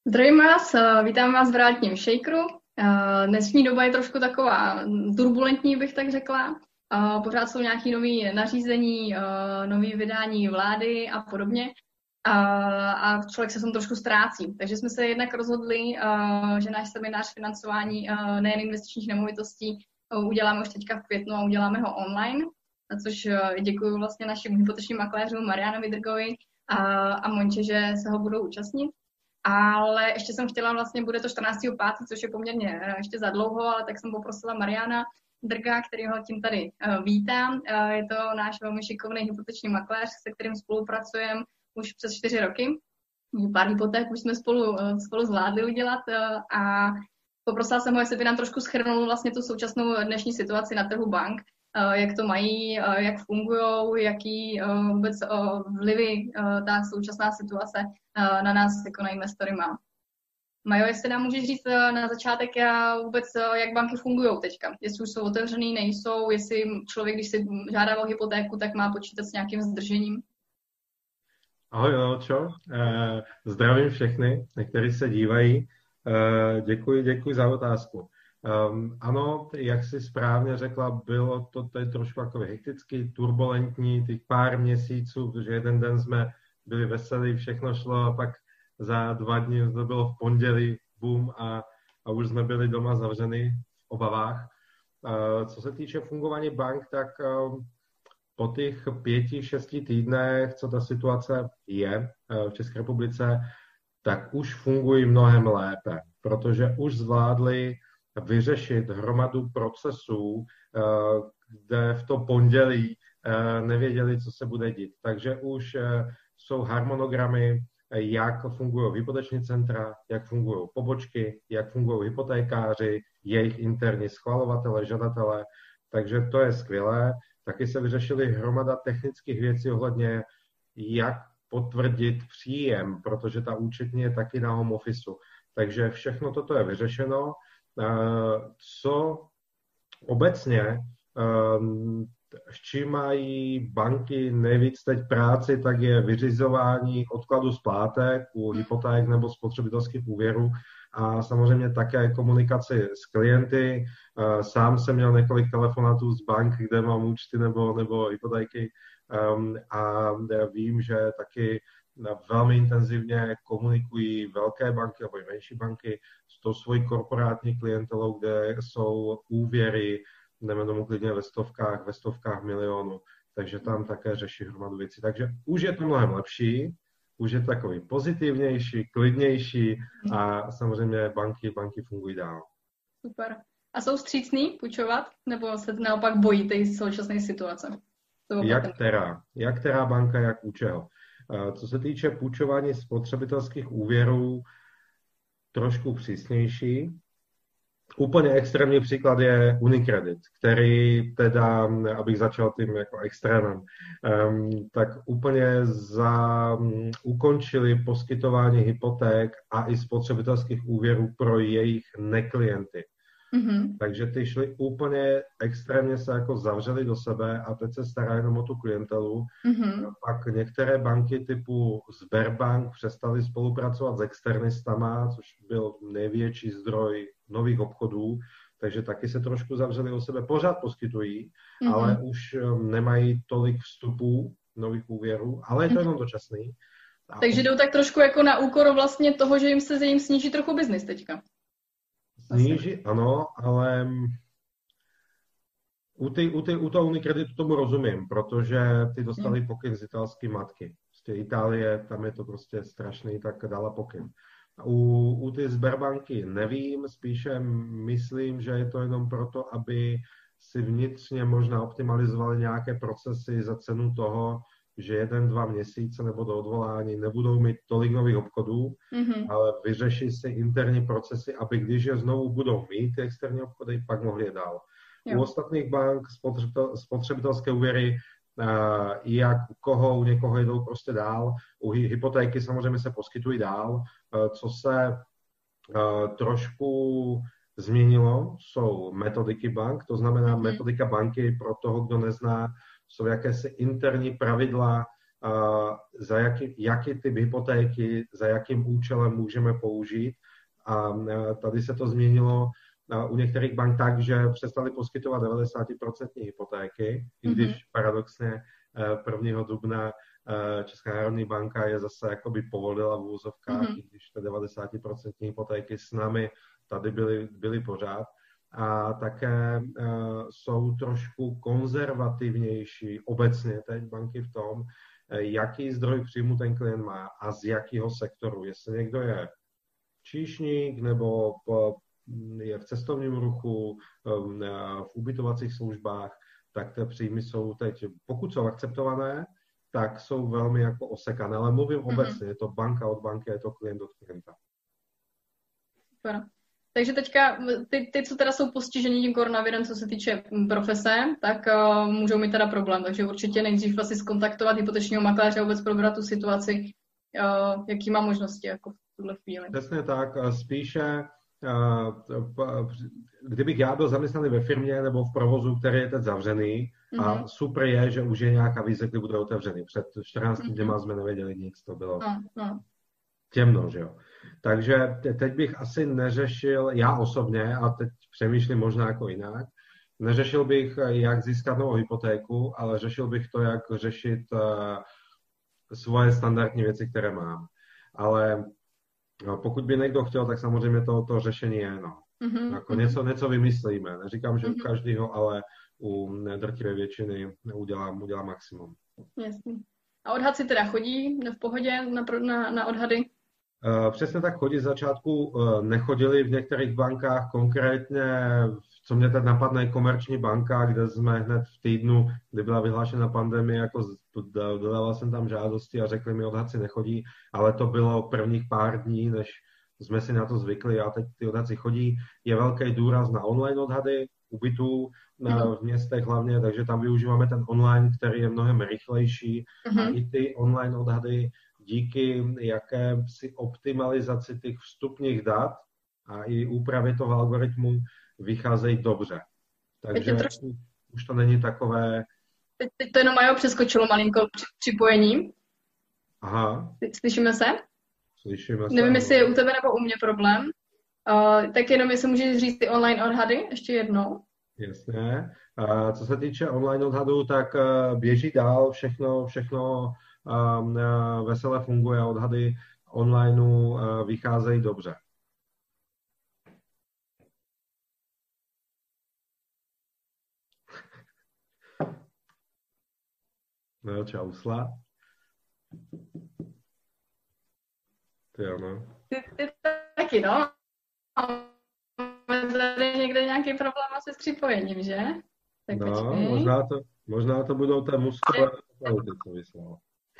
Zdravím vás, vítám vás v realitním shakeru. Dnešní doba je trošku taková turbulentní, bych tak řekla. Pořád jsou nějaké nové nařízení, nové vydání vlády a podobně. A člověk se v tom trošku ztrácí. Takže jsme se jednak rozhodli, že náš seminář financování nejen investičních nemovitostí uděláme už teďka v květnu a uděláme ho online, za což děkuji vlastně našim hypotečním makléřům Marianovi Drgovi a Monče, že se ho budou účastnit. Ale ještě jsem chtěla, vlastně bude to 14.5., což je poměrně ještě za dlouho, ale tak jsem poprosila Mariana Drga, kterýho tím tady vítám. Je to náš velmi šikovný hypoteční makléř, se kterým spolupracujeme už přes 4 roky. Pár hypoték už jsme spolu zvládli udělat a poprosila jsem ho, jestli by nám trošku shrnul vlastně tu současnou dnešní situaci na trhu bank, jak to mají, jak fungují, jaký vůbec vlivy ta současná situace na nás jako na investory má. Majo, jestli nám můžeš říct na začátek vůbec, jak banky fungují teďka, jestli už jsou otevřený, nejsou, jestli člověk, když si žádá o hypotéku, tak má počítat s nějakým zdržením. Ahoj, Nelčo. Zdravím všechny, kteří se dívají. Děkuji za otázku. Ano, jak jsi správně řekla, bylo to tady trošku jako hektický, turbulentní, těch pár měsíců, protože jeden den jsme byli veselí, všechno šlo a pak za 2 dny to bylo v pondělí, boom a už jsme byli doma zavřeni v obavách. Co se týče fungování bank, tak po těch 5-6 týdnech, co ta situace je v České republice, tak už fungují mnohem lépe, protože už zvládli vyřešit hromadu procesů, kde v to pondělí nevěděli, co se bude dít. Takže už jsou harmonogramy, jak fungují hypoteční centra, jak fungují pobočky, jak fungují hypotékáři, jejich interní schvalovatele, žadatele. Takže to je skvělé. Taky se vyřešily hromada technických věcí ohledně, jak potvrdit příjem, protože ta účetní je taky na home officeu. Takže všechno toto je vyřešeno. Co obecně, s čím mají banky nejvíc teď práci, tak je vyřizování odkladu splátek u hypoték nebo spotřebitelských úvěrů a samozřejmě také komunikaci s klienty. Sám jsem měl několik telefonátů z bank, kde mám účty nebo hypotéky a vím, že taky velmi intenzivně komunikují velké banky nebo i menší banky s tou svojí korporátní klientelou, kde jsou úvěry, jdeme tomu klidně ve stovkách milionů. Takže tam také řeší hromadu věcí. Takže už je to mnohem lepší, už je to takový pozitivnější, klidnější a samozřejmě banky fungují dál. Super. A jsou vstřícný půjčovat, nebo se naopak bojí té současné situace? Jak která banka, jak u čeho. Co se týče půjčování spotřebitelských úvěrů, trošku přísnější. Úplně extrémní příklad je Unicredit, který teda, abych začal tím jako extrémem, tak úplně ukončili poskytování hypoték a i spotřebitelských úvěrů pro jejich neklienty. Mm-hmm. Takže ty šli úplně extrémně se jako zavřeli do sebe a teď se starají jenom o tu klientelu. Mm-hmm. Pak některé banky typu Sberbank přestaly spolupracovat s externistama, což byl největší zdroj nových obchodů, takže taky se trošku zavřeli o sebe. Pořád poskytují, ale už nemají tolik vstupů nových úvěrů, ale je to jenom dočasný. Takže jdou tak trošku jako na úkor vlastně toho, že jim sníží trochu biznis teďka. Sníží, ano, ale u toho Unicreditu tomu rozumím, protože ty dostali pokyn z italské matky. Z Itálie, tam je to prostě strašný, tak dala pokyn. U ty Sberbanky nevím, spíše myslím, že je to jenom proto, aby si vnitřně možná optimalizovali nějaké procesy za cenu toho, že 1-2 měsíce nebo do odvolání nebudou mít tolik nových obchodů, ale vyřeší si interní procesy, aby když je znovu budou mít ty externí obchody, pak mohli je dál. U ostatních bank spotřebitelské úvěry, jak u někoho jdou prostě dál. U hypotéky samozřejmě se poskytují dál. Co se trošku změnilo, jsou metodiky bank, to znamená metodika banky pro toho, kdo nezná, jsou jakési interní pravidla, jaký typ hypotéky, za jakým účelem můžeme použít. A tady se to změnilo u některých bank tak, že přestali poskytovat 90% hypotéky, i když paradoxně 1. dubna Česká národní banka je zase jakoby povolila v úvozovkách, i když ty 90% hypotéky s námi tady byly pořád. A také jsou trošku konzervativnější obecně teď banky v tom, jaký zdroj příjmu ten klient má a z jakého sektoru. Jestli někdo je číšník nebo je v cestovním ruchu, v ubytovacích službách, tak ty příjmy jsou teď, pokud jsou akceptované, tak jsou velmi jako osekané. Ale mluvím obecně, je to banka od banky, je to klient od klienta. Super. Takže teďka ty, co teda jsou postiženi tím koronavirem, co se týče profese, tak můžou mít teda problém. Takže určitě nejdřív asi zkontaktovat hypotečního makléře a vůbec probrat tu situaci, jaký má možnosti jako v tuhle chvíli. Přesně tak. Spíše, kdybych já byl zaměstnaný ve firmě nebo v provozu, který je teď zavřený, a super je, že už je nějaká vize, kdy bude otevřený. Před 14 dněma jsme nevěděli nic, to bylo temno, že jo. Takže teď bych asi neřešil, já osobně, a teď přemýšlím možná jako jinak, neřešil bych, jak získat novou hypotéku, ale řešil bych to, jak řešit svoje standardní věci, které mám. Ale pokud by někdo chtěl, tak samozřejmě to řešení je, no. Jako něco vymyslíme. Neříkám, že u každého, ale u drtivé většiny udělám maximum. Jasně. A odhad si teda chodí v pohodě na odhady? Přesně tak chodí. Z začátku nechodili v některých bankách, konkrétně, co mě teď napadne, Komerční banka, kde jsme hned v týdnu, kdy byla vyhlášena pandemie, jako dodával jsem tam žádosti a řekli mi, odhad si nechodí, ale to bylo prvních pár dní, než jsme si na to zvykli a teď ty odhady chodí. Je velký důraz na online odhady ubytů v městech hlavně, takže tam využíváme ten online, který je mnohem rychlejší a i ty online odhady díky jakési optimalizaci těch vstupních dat a i úpravě toho algoritmu vycházejí dobře. Takže už to není takové... Teď to jenom Majo přeskočilo malinko připojení. Aha. Slyšíme se? Slyšíme se. Nevím, jestli je u tebe nebo u mě problém. Tak jenom, jestli můžeš říct ty online odhady ještě jednou. Jasně. Co se týče online odhadů, tak běží dál, všechno vesele funguje a odhady onlineu vycházejí dobře. No, čausla. Ty ano. Ty taky, no. Máme tady někde nějaký problém asi s připojením, že? Tak no, možná to budou té muskové kvality, co vyslal.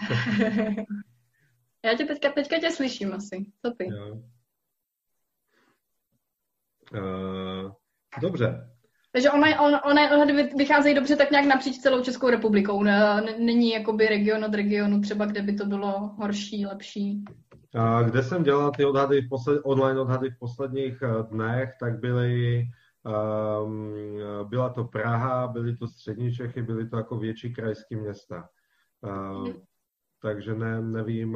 Já tě teďka tě slyším asi. Co ty? Dobře. Takže online odhady vycházejí dobře tak nějak napříč celou Českou republikou. Není jakoby region od regionu třeba, kde by to bylo horší, lepší. Kde jsem dělal ty online odhady v posledních dnech, tak byla to Praha, byly to střední Čechy, byly to jako větší krajské města. Takže nevím,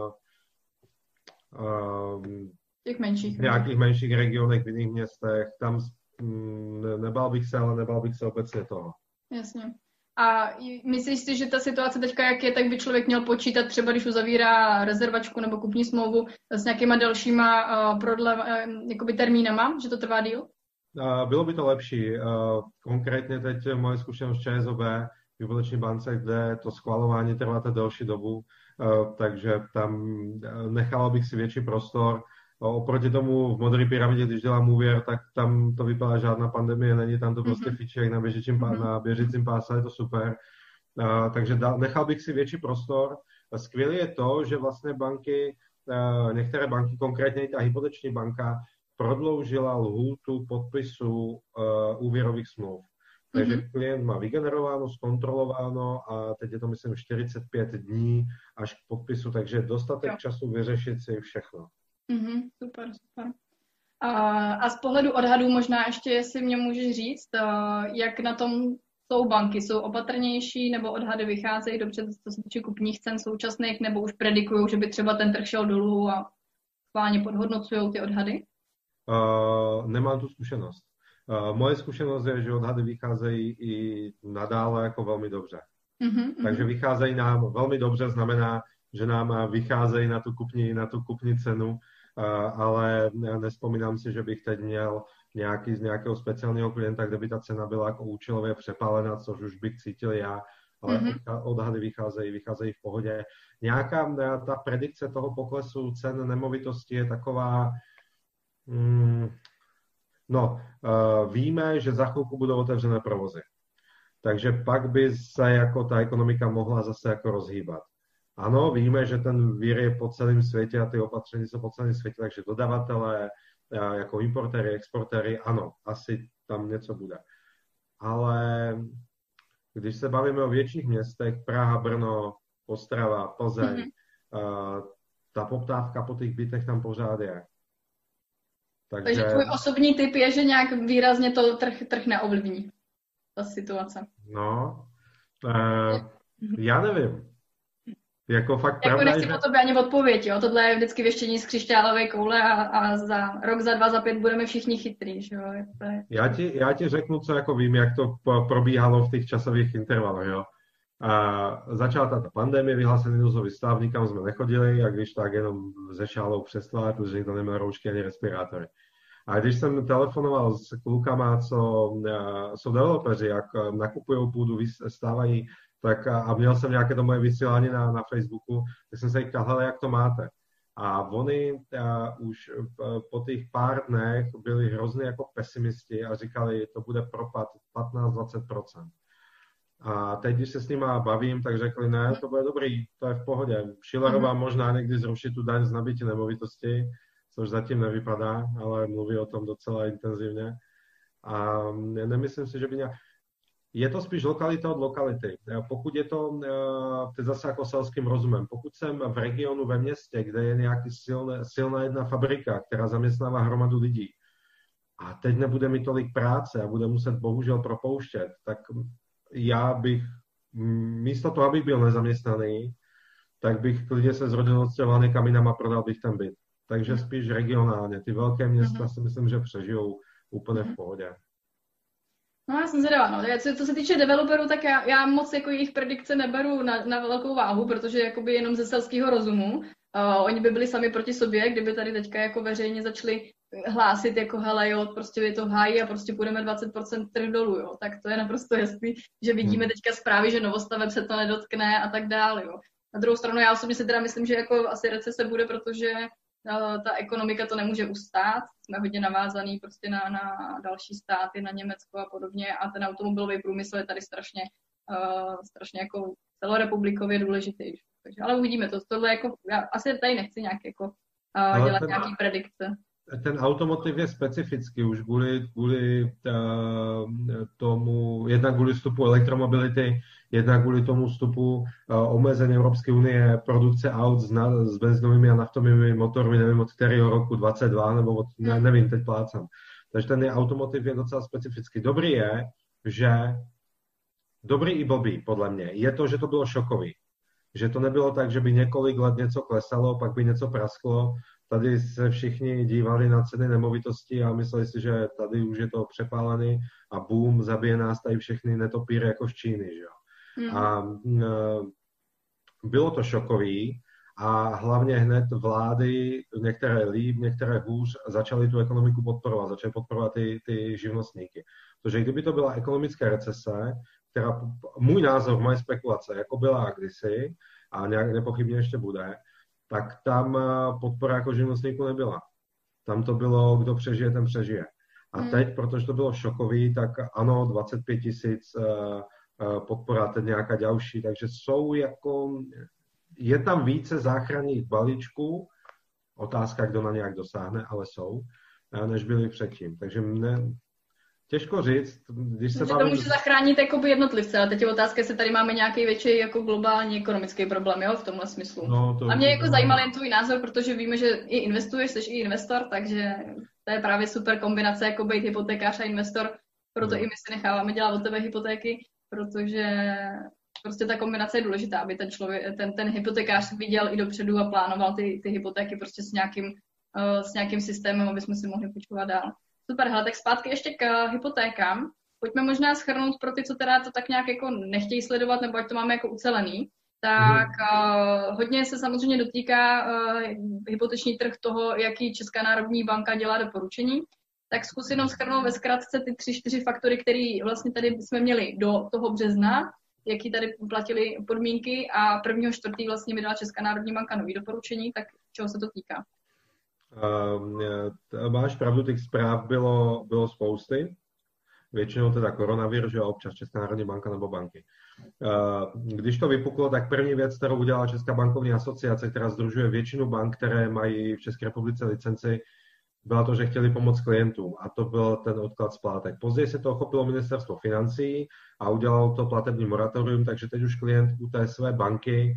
těch menších. V nějakých menších regionech, v jiných městech, tam nebál bych se obecně toho. Jasně. A myslíš si, že ta situace teďka, jak je, tak by člověk měl počítat třeba, když uzavírá rezervačku nebo kupní smlouvu s nějakýma dalšíma jakoby termínama, že to trvá díl? Bylo by to lepší. Konkrétně teď moje zkušenost ČSOB v hypoteční bance, kde to schvalování trvá delší dobu, takže tam nechal bych si větší prostor. Oproti tomu v Modré pyramidě, když dělám úvěr, tak tam to vypadá žádná pandemie, není tam to prostě fiček na běžícím páse, je to super. Takže nechal bych si větší prostor. Skvělé je to, že vlastně některé banky, konkrétně i ta hypoteční banka, prodloužila lhůtu podpisu úvěrových smluv. Takže klient má vygenerováno, zkontrolováno a teď je to, myslím, 45 dní až k podpisu, takže dostatek času vyřešit si všechno. Super. A z pohledu odhadů možná ještě, jestli mě můžeš říct, jak na tom jsou banky, jsou opatrnější, nebo odhady vycházejí dobře, co se týče kupních cen současných, nebo už predikují, že by třeba ten trh šel dolů a schválně podhodnocují ty odhady? Nemám tu zkušenost. Moje zkušenost je, že odhady vycházejí i nadále jako velmi dobře. Takže vycházejí nám velmi dobře, znamená, že nám vycházejí na tu kupní cenu, ale nespomínám si, že bych teď měl z nějakého speciálního klienta, kde by ta cena byla jako účelově přepálená, což už bych cítil já, ale odhady vycházejí v pohodě. Nějaká ta predikce toho poklesu cen nemovitosti je taková, víme, že za chvilku budou otevřené provozy. Takže pak by se jako ta ekonomika mohla zase jako rozhýbat. Ano, víme, že ten vír je po celém světě a ty opatření jsou po celém světě, takže dodavatelé, jako importéry, exportéry, ano, asi tam něco bude. Ale když se bavíme o větších městech, Praha, Brno, Ostrava, Plzeň, ta poptávka po těch bytech tam pořád je. Takže tvůj osobní tip je, že nějak výrazně to trh neovlivní, ta situace. No, já nevím. Jako fakt jako nechci po tobě ani odpověď, jo? Tohle je vždycky věštění z křišťálové koule a za rok, za 2, za 5 budeme všichni chytrý, že jo? Já ti řeknu, co jako vím, jak to probíhalo v těch časových intervalech, jo? Začala ta pandemie, vyhlásený nouzový stav, nikam jsme nechodili a když tak jenom ze šálou přes tvář, protože nikdo neměl roušky ani respirátory. A když jsem telefonoval s klukama, co jsou developeři, jak nakupují půdu, stávají, tak a měl jsem nějaké to moje vysílání na Facebooku, tak jsem se jich ptal, jak to máte. A oni už po těch pár dnech byli hrozně jako pesimisti a říkali, to bude propad 15-20%. A teď, když se s nima bavím, tak řekli, ne, to bude dobrý, to je v pohodě. Schillerová možná někdy zruší tu daň z nabytí nemovitosti, což zatím nevypadá, ale mluví o tom docela intenzivně. A nemyslím si, že by nějak... Je to spíš lokalita od lokality. Pokud je to zase jako selským rozumem, pokud jsem v regionu, ve městě, kde je nějaký silná jedna fabrika, která zaměstnává hromadu lidí a teď nebude mít tolik práce a bude muset bohužel propouštět, tak já bych místo toho, abych byl nezaměstnaný, tak bych klidně se s rodinou odstěhoval někam jinam a prodal bych ten byt. Takže spíš regionálně. Ty velké města si myslím, že přežijou úplně v pohodě. No já jsem zvědavá, no. Co se týče developerů, tak já moc jako jejich predikce neberu na velkou váhu, protože jakoby jenom ze selského rozumu. Oni by byli sami proti sobě, kdyby tady teďka jako veřejně začali hlásit jako hele jo, prostě je to v háji a prostě půjdeme 20% trh dolů, jo. Tak to je naprosto jasný, že vidíme teďka zprávy, že novostaveb se to nedotkne a tak dále, jo. Na druhou stranu já osobně si teda myslím, že jako asi recese bude, protože ta ekonomika to nemůže ustát. Jsme hodně navázaný prostě na další státy, na Německo a podobně a ten automobilový průmysl je tady strašně jako celorepublikově důležitý. Takže, ale uvidíme to. Tohle jako, já asi tady nechci nějak jako dělat nějaký predikce. Ten automotiv je specifický už kvůli tomu, jednak kvůli vstupu elektromobility, jednak kvůli tomu vstupu omezení Evropské unie, produkce aut s benzinovými a naftovými motory, nevím od kterého roku, 22, nebo od, nevím, teď plácám. Takže ten automotiv je docela specifický. Dobrý je, že dobrý i blbý, podle mě, je to, že to bylo šokový. Že to nebylo tak, že by několik let něco klesalo, pak by něco prasklo. Tady se všichni dívali na ceny nemovitostí a mysleli si, že tady už je to přepálený a boom, zabije nás tady všechny netopíry jako z Číny. Že? A bylo to šokový a hlavně hned vlády, některé líp, některé hůř, začaly tu ekonomiku podporovat, začaly podporovat ty živnostníky. Protože kdyby to byla ekonomická recese, která, můj názor, moje spekulace, jako byla kdysi a nepochybně ještě bude, tak tam podpora jako živnostníků nebyla. Tam to bylo, kdo přežije, ten přežije. A teď, protože to bylo šokový, tak ano, 25 000 podpora, teď nějaká další, takže jsou jako, je tam více záchranných balíčků, otázka, kdo na nějak dosáhne, ale jsou, než byly předtím. Takže těžko říct, když se bavím... To může zachránit jakoby jednotlivce, ale teď je otázka, jestli tady máme nějaký větší jako globální ekonomický problém, jo, v tomhle smyslu. No, a mě jako zajímal jen tvůj názor, protože víme, že i investuješ, jsi i investor, takže to je právě super kombinace, jako být hypotékář a investor, proto i my si necháváme dělat od tebe hypotéky. protože prostě ta kombinace je důležitá, aby ten člověk, ten hypotekář viděl i dopředu a plánoval ty hypotéky prostě s nějakým systémem, aby jsme si mohli půjčovat dál. Super, hele, tak zpátky ještě k hypotékám. Pojďme možná shrnout pro ty, co teda to tak nějak jako nechtějí sledovat, nebo ať to máme jako ucelený. Tak hodně se samozřejmě dotýká hypoteční trh toho, jaký Česká národní banka dělá doporučení. Tak zkus jenom shrnout ve zkratce ty 3-4 faktory, které vlastně tady jsme měli do toho března, jaký tady platily podmínky a 1.4. vlastně vydala Česká národní banka nový doporučení, tak čeho se to týká? Máš pravdu, těch zpráv bylo spousty. Většinou teda koronavir, že občas Česká národní banka nebo banky. Když to vypuklo, tak první věc, kterou udělala Česká bankovní asociace, která sdružuje většinu bank, které mají v České republice licenci, byla to, že chtěli pomoct klientům a to byl ten odklad splátek. Později se to ochopilo ministerstvo financí a udělalo to platební moratorium, takže teď už klient u té své banky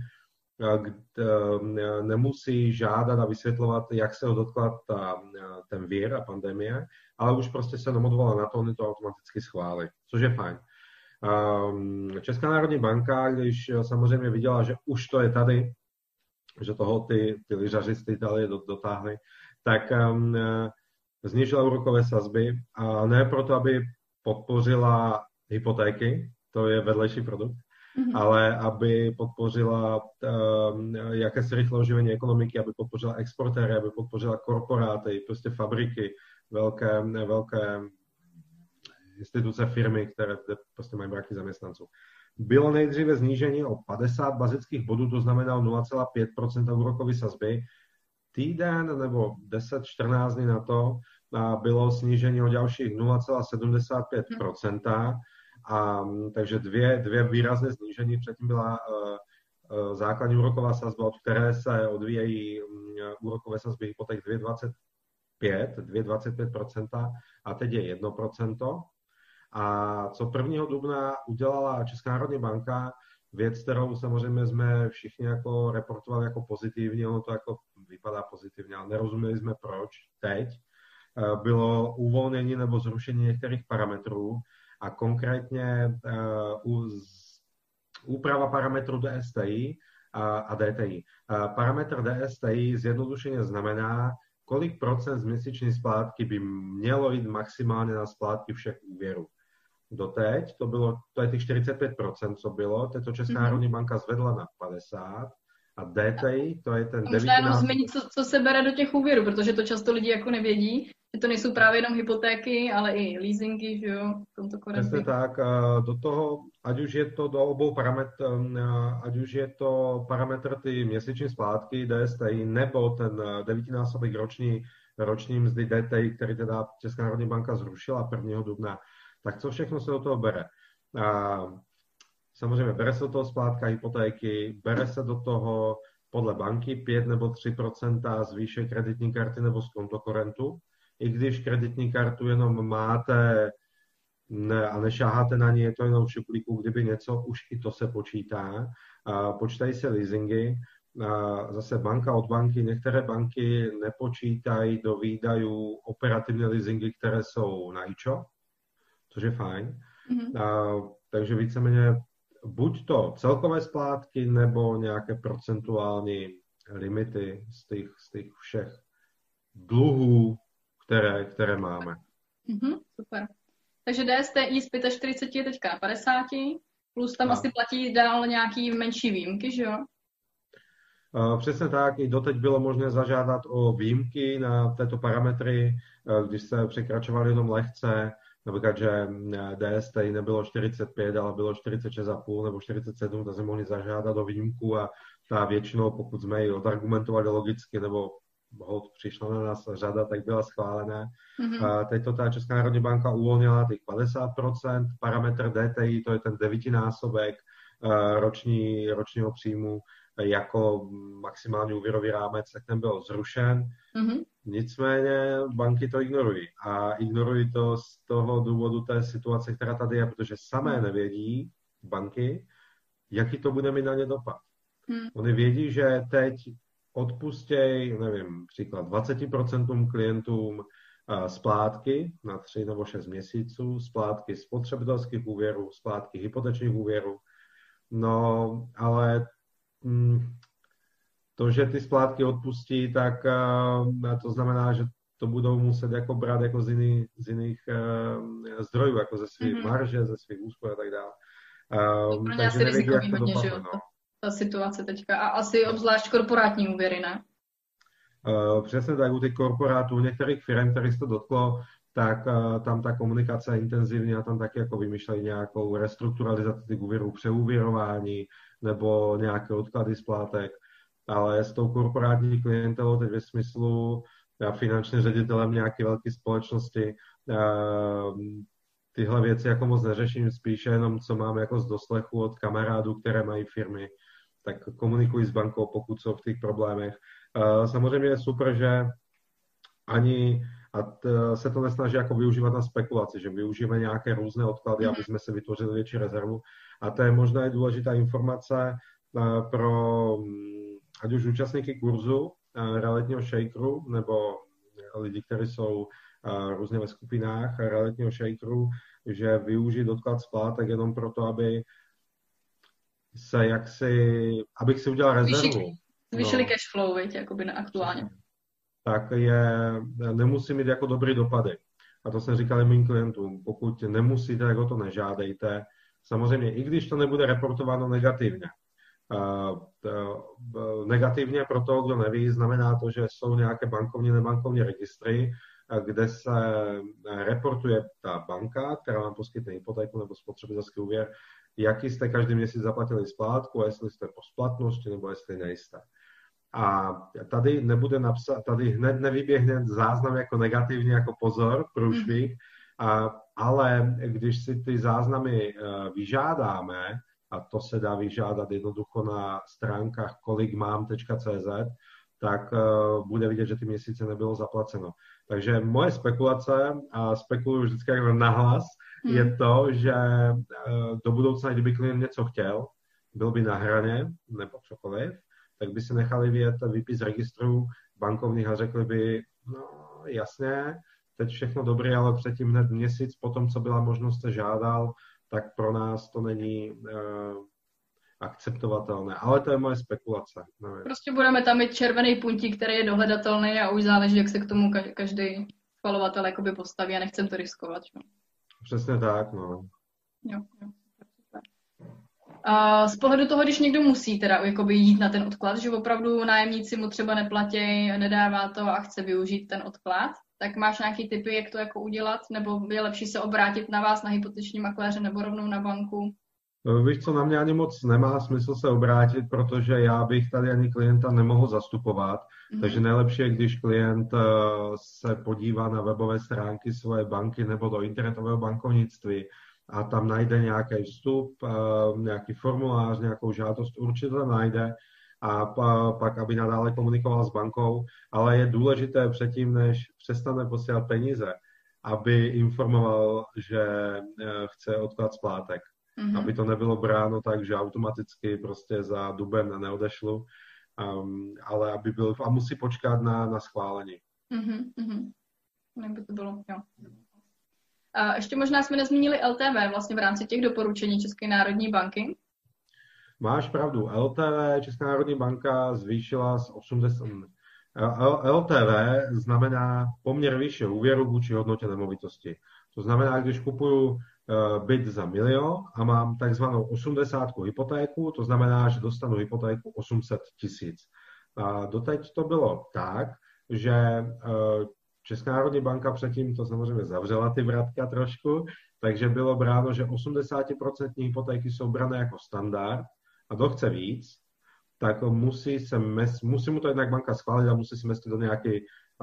nemusí žádat a vysvětlovat, jak se ho dotkla ten vír a pandemie, ale už prostě se odvolá na to, oni to automaticky schválí, což je fajn. Česká národní banka, když samozřejmě viděla, že už to je tady, že toho ty lyžaři z Itálie dotáhli, tak znížila úrokové sazby a ne proto, aby podpořila hypotéky, to je vedlejší produkt, ale aby podpořila jakési rychlé oživení ekonomiky, aby podpořila exportéry, aby podpořila korporáty, prostě fabriky, velké instituce, firmy, které prostě mají mraky zaměstnanců. Bylo nejdříve znížení o 50 bazických bodů, to znamená 0,5% úrokové sazby. Týden nebo 10-14 dní na to bylo snížení o dalších 0,75%. Takže dvě výrazné snížení. Předtím byla základní úroková sazba, od které se odvíjejí úrokové sazby hypoték 2,25% a teď je 1%. A co 1. dubna udělala Česká národní banka, věc, kterou samozřejmě jsme všichni jako reportovali jako pozitivně, ono to jako vypadá pozitivně, ale nerozuměli jsme proč teď, bylo uvolnění nebo zrušení některých parametrů a konkrétně úprava parametru DSTI a DTI. Parametr DSTI zjednodušeně znamená, kolik procent z měsíční splátky by mělo jít maximálně na splátky všech úvěrů. Doteď, to je těch 45%, co bylo, teď to Česká národní banka zvedla na 50% a DTI, to je ten 19%. Možná jenom změnit, co se bere do těch úvěrů, protože to často lidi jako nevědí, že to nejsou právě jenom hypotéky, ale i leasingy, že jo, v tomto korenci. Přesně tak, do toho, ať už je to do obou parametrů, ať už je to parametr ty měsíční splátky DSTI, nebo ten 9násobek roční mzdy DTI, který teda Česká národní banka zrušila 1. dubna, tak co všechno se do toho bere? Samozřejmě bere se do toho splátka hypotéky, bere se do toho podle banky 5 nebo 3% z výše kreditní karty nebo z kontokorentu. I když kreditní kartu jenom máte a nešáháte na ní, je to jenom v šuplíku, kdyby něco, už i to se počítá. Počítají se leasingy, zase banka od banky, některé banky nepočítají do výdajů operativní leasingy, které jsou na IČO, což je fajn. Takže víceméně buď to celkové splátky, nebo nějaké procentuální limity z těch všech dluhů, které máme. Super. Takže DSTI z 45 je teďka na 50, plus tam asi platí dál nějaký menší výjimky, že jo? Přesně tak, i doteď bylo možné zažádat o výjimky na této parametry, když se překračovaly jenom lehce, například, že DSTI nebylo 45, ale bylo 46,5 nebo 47, tak jsme mohli zažádat o výjimku a ta většinou, pokud jsme ji odargumentovali logicky, nebo přišla na nás řada, tak byla schválená. Teď to ta Česká národní banka uvolnila těch 50%, parametr DTI, to je ten 9násobek ročního příjmu jako maximální úvěrový rámec, tak ten byl zrušen. Nicméně banky to ignorují. A ignorují to z toho důvodu té situace, která tady je, protože samé nevědí banky, jaký to bude mít na ně dopad. Oni vědí, že teď odpustěj, nevím, příklad 20% klientům splátky na 3 nebo 6 měsíců, splátky spotřebitelských úvěrů, splátky hypotečních úvěrů. No, ale to, že ty splátky odpustí, tak to znamená, že to budou muset jako brát jako z jiných zdrojů, jako ze svých marže, ze svých úspor a tak dále. Takže nevědí, jak to dopadne. No. Ta situace teďka. A asi obzvlášť korporátní úvěry, ne? Přesně tak, u těch korporátů, u některých firm, kterých se to dotklo, tak tam ta komunikace je intenzivní a tam taky jako vymýšlejí nějakou restrukturalizaci těch úvěrů, přeúvěrování nebo nějaké odklady splátek. Ale s tou korporátní klientelou teď ve smyslu finančním ředitelem nějaké velké společnosti tyhle věci jako moc neřeším, spíše jenom co mám jako z doslechu od kamarádů, které mají firmy, tak komunikuji s bankou, pokud jsou v těch problémech. Samozřejmě je super, že ani se to nesnaží jako využívat na spekulaci, že využijeme nějaké různé odklady, aby jsme si vytvořili větší rezervu. A to je možná i důležitá informace pro ať už účastníky kurzu realitního shakeru, nebo lidi, kteří jsou různě ve skupinách realitního shakeru, že využít odklad splátek jenom proto, aby abych si udělal rezervu. Zvýšili cash flow, viď, jakoby na aktuálně. Tak nemusí mít jako dobrý dopady. A to jsem říkal i mým klientům. Pokud nemusíte, tak o to nežádejte. Samozřejmě, i když to nebude reportováno negativně. Negativně pro toho, kdo neví, znamená to, že jsou nějaké bankovní, nebankovní registry, kde se reportuje ta banka, která vám poskytne hypotéku nebo spotřebitelský úvěr, jaký jste každý měsíc zaplatili splátku, jestli jste po splatnosti nebo jestli nejste. A tady hned nevyběhne záznam jako negativní, jako pozor, průšvih, ale když si ty záznamy vyžádáme, a to se dá vyžádat jednoducho na stránkách kolikmám.cz, tak bude vidět, že ty měsíce nebylo zaplaceno. Takže moje spekulace, a spekuluju vždycky jako nahlas, je to, že do budoucna, kdyby klient něco chtěl, byl by na hraně, nebo cokoliv, tak by si nechali vyjet výpis z registru bankovních a řekli by, no jasně, teď všechno dobré, ale předtím hned měsíc po tom, co byla možnost, se žádal, tak pro nás to není akceptovatelné. Ale to je moje spekulace. Nevím. Prostě budeme tam mít červený puntík, který je dohledatelný a už záleží, jak se k tomu každý schvalovatel jakoby postaví a nechcem to riskovat. Že? Přesně tak, no. Jo, super. A z pohledu toho, když někdo musí teda jakoby jít na ten odklad, že opravdu nájemníci mu třeba neplatí, nedává to a chce využít ten odklad, tak máš nějaký tipy, jak to jako udělat? Nebo je lepší se obrátit na vás, na hypoteční makléře, nebo rovnou na banku? Víš co, na mě ani moc nemá smysl se obrátit, protože já bych tady ani klienta nemohl zastupovat. Takže nejlepší je, když klient se podívá na webové stránky své banky nebo do internetového bankovnictví a tam najde nějaký vstup, nějaký formulář, nějakou žádost, určitě to najde a pak, aby nadále komunikoval s bankou, ale je důležité předtím, než přestane posílat peníze, aby informoval, že chce odklad splátek. Aby to nebylo bráno tak, že automaticky prostě za duben neodešlu, ale aby byl, a musí počkat na schválení. Nebo to bylo, jo. A ještě možná jsme nezmínili LTV vlastně v rámci těch doporučení České národní banky. Máš pravdu, LTV Česká národní banka zvýšila z 80. LTV znamená poměr výše úvěru vůči hodnotě nemovitosti. To znamená, když kupuju byt za 1 000 000 a mám takzvanou 80 hypotéku, to znamená, že dostanu hypotéku 800 000. A doteď to bylo tak, že Česká národní banka předtím to samozřejmě zavřela ty vratka trošku, takže bylo bráno, že 80% hypotéky jsou brané jako standard a kdo chce víc, tak musí mu to jednak banka schválit a musí si myslet do nějaké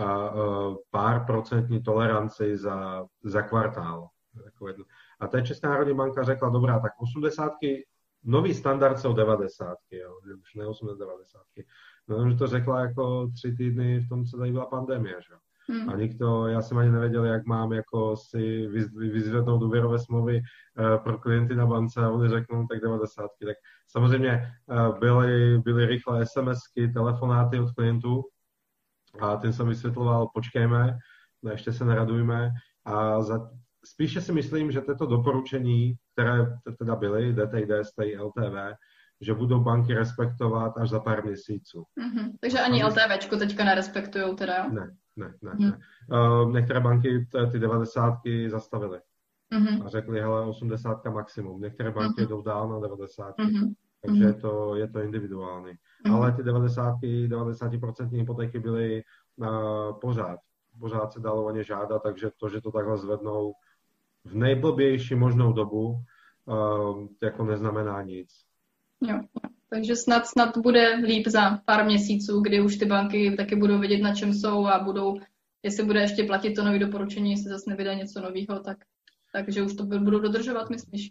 pár procentní toleranci za kvartál. A teď Česká národní banka řekla, dobrá, tak 80, nový standard jsou 90, jo, už ne 90. No, že to řekla jako 3 týdny v tom, co tady byla pandemie, že? A já jsem ani nevěděl, jak mám jako si vyzvednout úvěrové smlouvy pro klienty na bance a oni řeknou tak 90. Tak samozřejmě byly rychlé SMSky, telefonáty od klientů a ten jsem vysvětloval, počkejme, ještě se neradujme. A spíše si myslím, že tyto doporučení, které teda byly, DTID, STI, LTV, že budou banky respektovat až za pár měsíců. Takže ani LTVčko teďka nerespektujou teda, jo? Ne. Některé banky ty 90 zastavily. A řekli, hele, 80 maximum. Některé banky jdou dál na 90. Takže je to individuální. Ale ty 90% hypotéky byly pořád se dalo o ně žádat, takže to, že to takhle zvednou v nejblbější možnou dobu, jako neznamená nic. Jo. Takže snad bude líp za pár měsíců, kdy už ty banky taky budou vědět, na čem jsou a jestli bude ještě platit to nové doporučení, jestli zase nevydá něco nového, takže už to budou dodržovat, myslíš?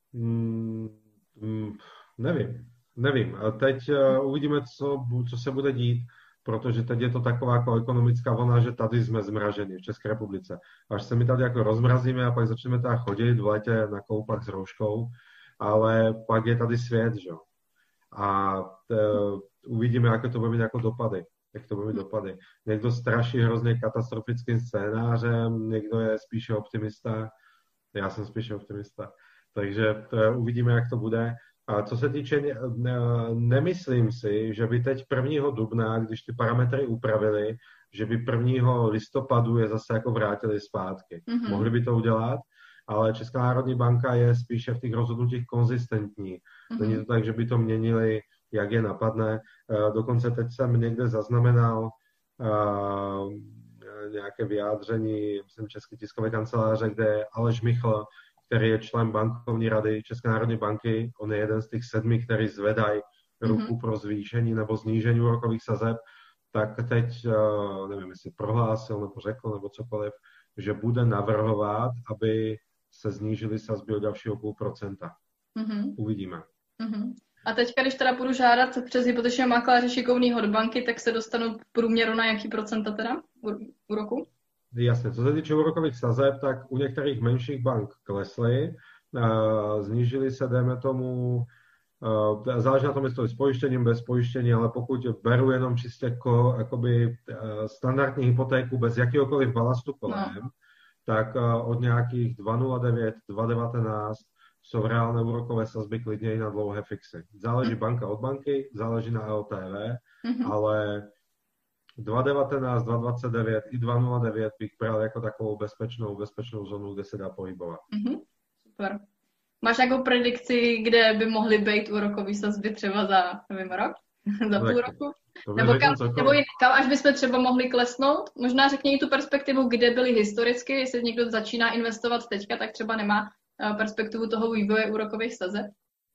Nevím. Teď uvidíme, co se bude dít, protože teď je to taková jako ekonomická vlna, že tady jsme zmraženi v České republice. Až se my tady jako rozmrazíme a pak začneme tady chodit v létě na koupách s rouškou, ale pak je tady svět, že jo. A uvidíme, jaké to bude mít jako dopady. Jak to bude mít dopady. Někdo straší hrozně katastrofickým scénářem, někdo je spíše optimista. Já jsem spíše optimista. Takže uvidíme, jak to bude. A co se týče, nemyslím si, že by teď 1. dubna, když ty parametry upravili, že by 1. listopadu je zase jako vrátili zpátky. Mohli by to udělat, ale Česká národní banka je spíše v těch rozhodnutích konzistentní. Není to tak, že by to měnili, jak je napadne. Dokonce teď jsem někde zaznamenal nějaké vyjádření, myslím, České tiskové kanceláře, kde je Aleš Michl, který je člen bankovní rady České národní banky. On je jeden z těch 7, který zvedají ruku pro zvýšení nebo snížení úrokových sazeb. Tak teď, nevím, jestli prohlásil nebo řekl nebo cokoliv, že bude navrhovat, aby se snížily sazby o dalšího 0,5%. Uvidíme. A teďka, když teda budu žádat přes hypotečního makléře šikovnýho do banky, tak se dostanu v průměru na jaký procenta teda úroku? Jasně, co se týče úrokových sazeb, tak u některých menších bank klesly, znížily se, dejme tomu, záleží na tom, jestli to je s pojištěním, bez pojištění, ale pokud beru jenom čistě jakoby standardní hypotéku bez jakýhokoliv balastu kolem, tak od nějakých 2,09, 2,19 jsou reálné úrokové sazby klidně i na dlouhé fixy. Záleží banka od banky, záleží na LTV, ale 2,19, 2,29 i 2,09 bych bral jako takovou bezpečnou zónu, kde se dá pohybovat. Super. Máš nějakou predikci, kde by mohly být úrokové sazby třeba za, nevím, rok? Za půl roku? Nebo kam až bychom třeba mohli klesnout? Možná řekni i tu perspektivu, kde byly historicky, jestli někdo začíná investovat teďka, tak třeba nemá perspektivu toho vývoje úrokových sazeb?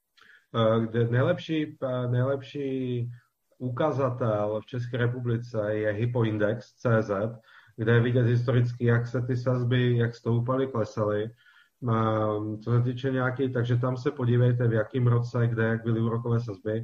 Nejlepší ukazatel v České republice je Hypoindex.cz, kde je vidět historicky, jak se ty sazby, jak stoupaly, klesaly. Co se týče takže tam se podívejte, v jakém roce, kde, jak byly úrokové sazby.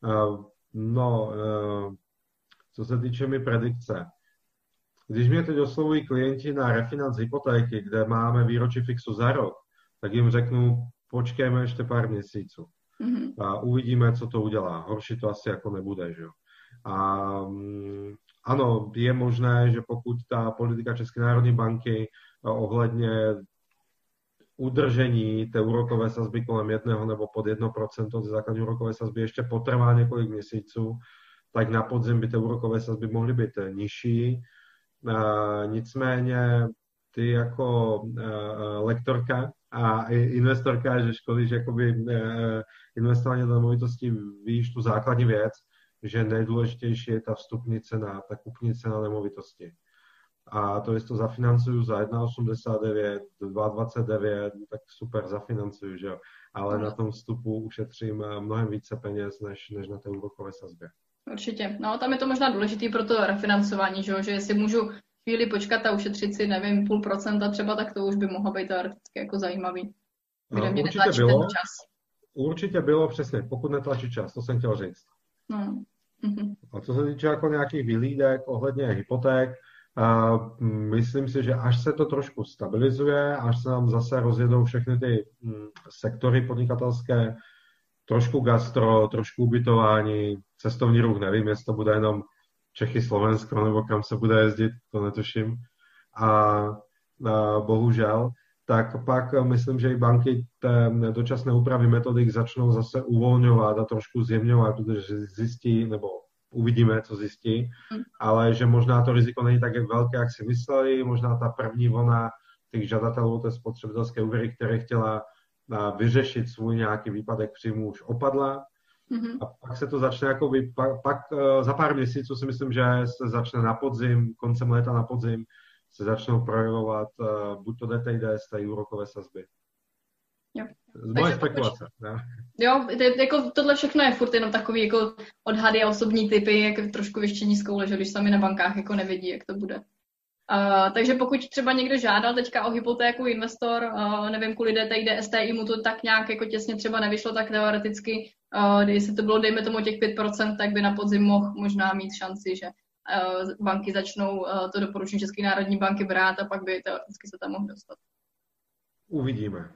Co se týče mi predikce. Když mě teď oslovují klienti na refinanc hypotéky, kde máme výročí fixu za rok, tak jim řeknu, počkejme ještě pár měsíců. A uvidíme, co to udělá. Horší to asi jako nebude, že jo. A ano, je možné, že pokud ta politika České národní banky ohledně udržení té úrokové sazby kolem 1 nebo pod 1% ze základní úrokové sazby ještě potrvá několik měsíců, tak na podzim by ty úrokové sazby mohly být nižší. Nicméně ty jako lektorka a investorka, že školíš jakoby investování do nemovitostí, víš tu základní věc, že nejdůležitější je ta vstupní cena, ta kupní cena nemovitosti. A to, jestli to zafinancuju za 1,89, 2,29, tak super, zafinancuju, že jo. Ale na tom vstupu ušetřím mnohem více peněz, než na té úrokové sazbě. Určitě. No, tam je to možná důležitý pro to refinancování, že jestli můžu chvíli počkat a ušetřit si, nevím, 0,5% třeba, tak to už by mohlo být teoreticky jako zajímavý. Kde mě netlačí ten čas. Určitě bylo, přesně, pokud netlačí čas, to jsem chtěl říct. No. A co se týče jako nějakých vyhlídek ohledně hypoték, myslím si, že až se to trošku stabilizuje, až se nám zase rozjedou všechny ty sektory podnikatelské, trošku gastro, trošku ubytování, cestovní ruch, nevím, jestli to bude jenom Čechy, Slovensko, nebo kam se bude jezdit, to netuším. a bohužel, tak pak myslím, že i banky té dočasné úpravy metodik začnou zase uvolňovat a trošku zjemňovat, protože zjistí, nebo uvidíme, co zjistí, ale že možná to riziko není tak velké, jak si mysleli, možná ta první vlna těch žadatelů té spotřebitelské úvěry, které chtěla vyřešit svůj nějaký výpadek příjmu, už opadla. A pak se to začne jakoby, pak za pár měsíců si myslím, že se začne na podzim, koncem léta na podzim, se začnou projevovat buď to DTID, té úrokové sazby. Jo. Z moje spekulace. Jo, jako tohle všechno je furt jenom takový jako odhady a osobní typy, jak trošku vyštění z koule, že když sami na bankách jako nevědí, jak to bude. Takže pokud třeba někdo žádal teďka o hypotéku investor, nevím, kvůli DTID, STI mu to tak nějak jako těsně třeba nevyšlo, tak teoreticky, jestli to bylo, dejme tomu těch 5%, tak by na podzim mohl možná mít šanci, že banky začnou to doporučení České národní banky brát a pak by teoreticky se tam mohl dostat. Uvidíme.